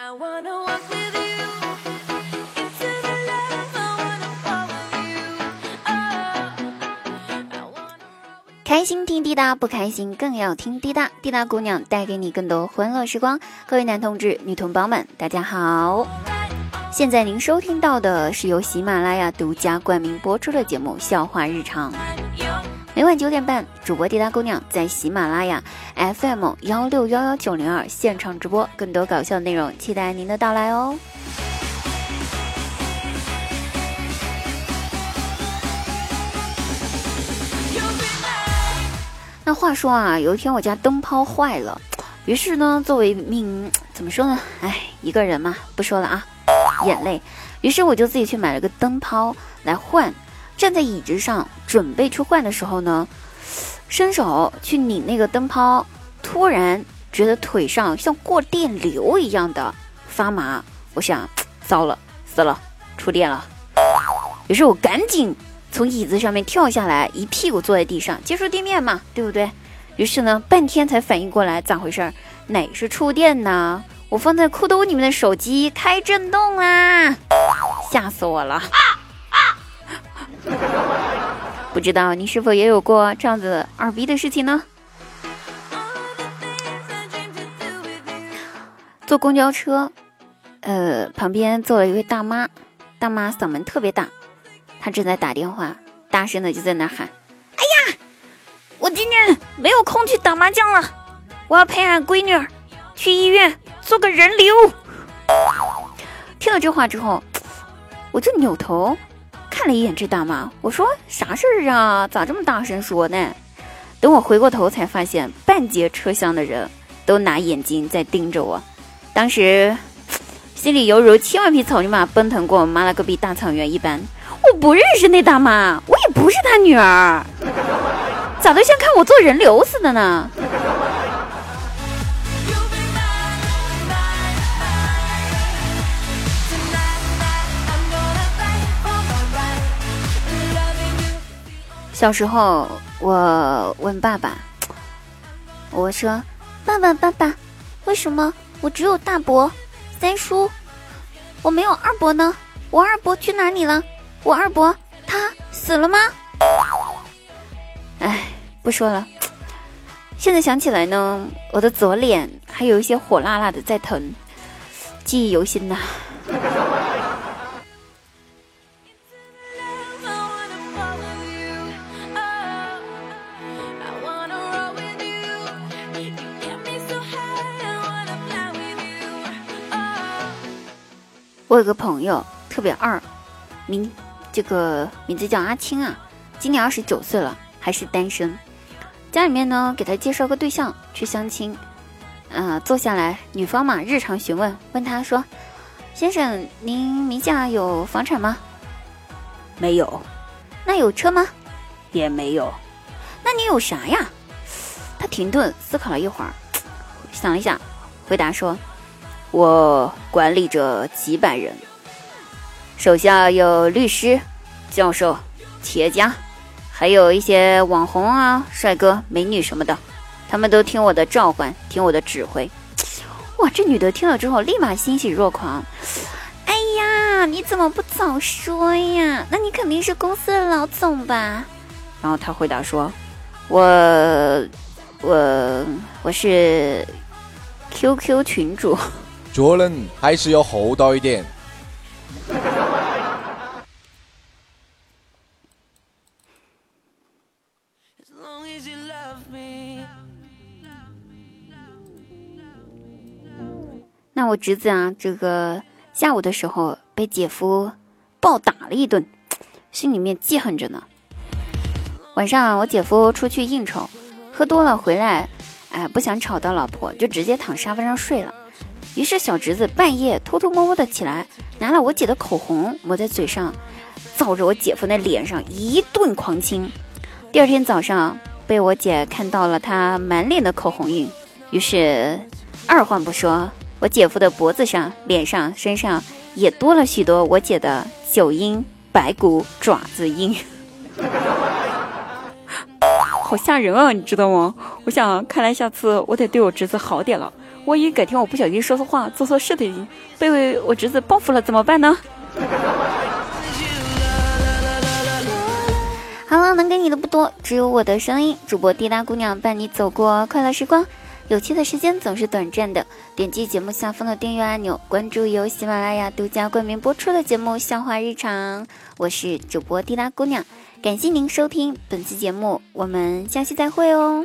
开心听滴答，不开心更要听滴答。滴答姑娘带给你更多欢乐时光。各位男同志、女同胞们，大家好！现在您收听到的是由喜马拉雅独家冠名播出的节目《笑话日常》。每晚9点半，主播滴答姑娘在喜马拉雅 FM 1611902现场直播，更多搞笑内容，期待您的到来哦。那话说啊，有一天我家灯泡坏了，于是呢，作为怎么说呢？一个人嘛，不说了啊，眼泪。于是我就自己去买了个灯泡来换。站在椅子上准备去换的时候呢，伸手去拧那个灯泡，突然觉得腿上像过电流一样的发麻。我想，糟了，死了，触电了。于是我赶紧从椅子上面跳下来，一屁股坐在地上，接触地面嘛，对不对？于是呢，半天才反应过来咋回事，哪是触电呢？我放在裤兜里面的手机开震动啦，吓死我了！不知道你是否也有过这样子二逼的事情呢？坐公交车，旁边坐了一位大妈，大妈嗓门特别大。他正在打电话，大声的就在那喊：“哎呀，我今天没有空去打麻将了，我要陪俺闺女儿去医院做个人流。”听了这话之后，我就扭头看了一眼这大妈，我说：“啥事儿啊？咋这么大声说呢？”等我回过头才发现，半截车厢的人都拿眼睛在盯着我。当时心里犹如千万匹草泥马奔腾过妈了个逼大草原一般。我不认识那大妈，我也不是她女儿，咋都像看我做人流似的呢？小时候我问爸爸，我说：“爸爸，为什么我只有大伯、三叔，我没有二伯呢？我二伯去哪里了？我二伯他死了吗？”不说了。现在想起来呢，我的左脸还有一些火辣辣的在疼，记忆犹新呐。我有个朋友特别二，名字叫阿青啊，今年29岁了，还是单身。家里面呢给他介绍个对象去相亲，坐下来，女方嘛日常询问，问他说：“先生，您名下有房产吗？”“ 没有。”“ 那有车吗？”“ 也没有。”“ 那你有啥呀？”他停顿思考了一会儿，想了一下，回答说：“我管理着几百人，手下有律师、教授、企业家，还有一些网红啊、帅哥、美女什么的，他们都听我的召唤，听我的指挥。”哇，这女的听了之后立马欣喜若狂。“哎呀，你怎么不早说呀？那你肯定是公司的老总吧？”然后他回答说：“我是 QQ 群主。” 做人还是要厚道一点。 那我侄子啊，这个下午的时候被姐夫暴打了一顿，心里面记恨着呢。晚上我姐夫出去应酬，喝多了回来，不想吵到老婆，就直接躺沙发上睡了。于是小侄子半夜偷偷摸摸的起来，拿了我姐的口红抹在嘴上，照着我姐夫那脸上一顿狂亲。第二天早上被我姐看到了他满脸的口红印，于是二话不说，我姐夫的脖子上、脸上、身上也多了许多我姐的9阴白骨爪子印。好吓人啊，你知道吗？我想看来下次我得对我侄子好点了， 万一改天我不小心说错话，做错事情，被我侄子报复了怎么办呢？好了，能给你的不多，只有我的声音。主播滴答姑娘伴你走过快乐时光。有趣的时间总是短暂的，点击节目下方的订阅按钮，关注由喜马拉雅独家冠名播出的节目《笑话日常》，我是主播滴答姑娘，感谢您收听本期节目，我们下期再会哦。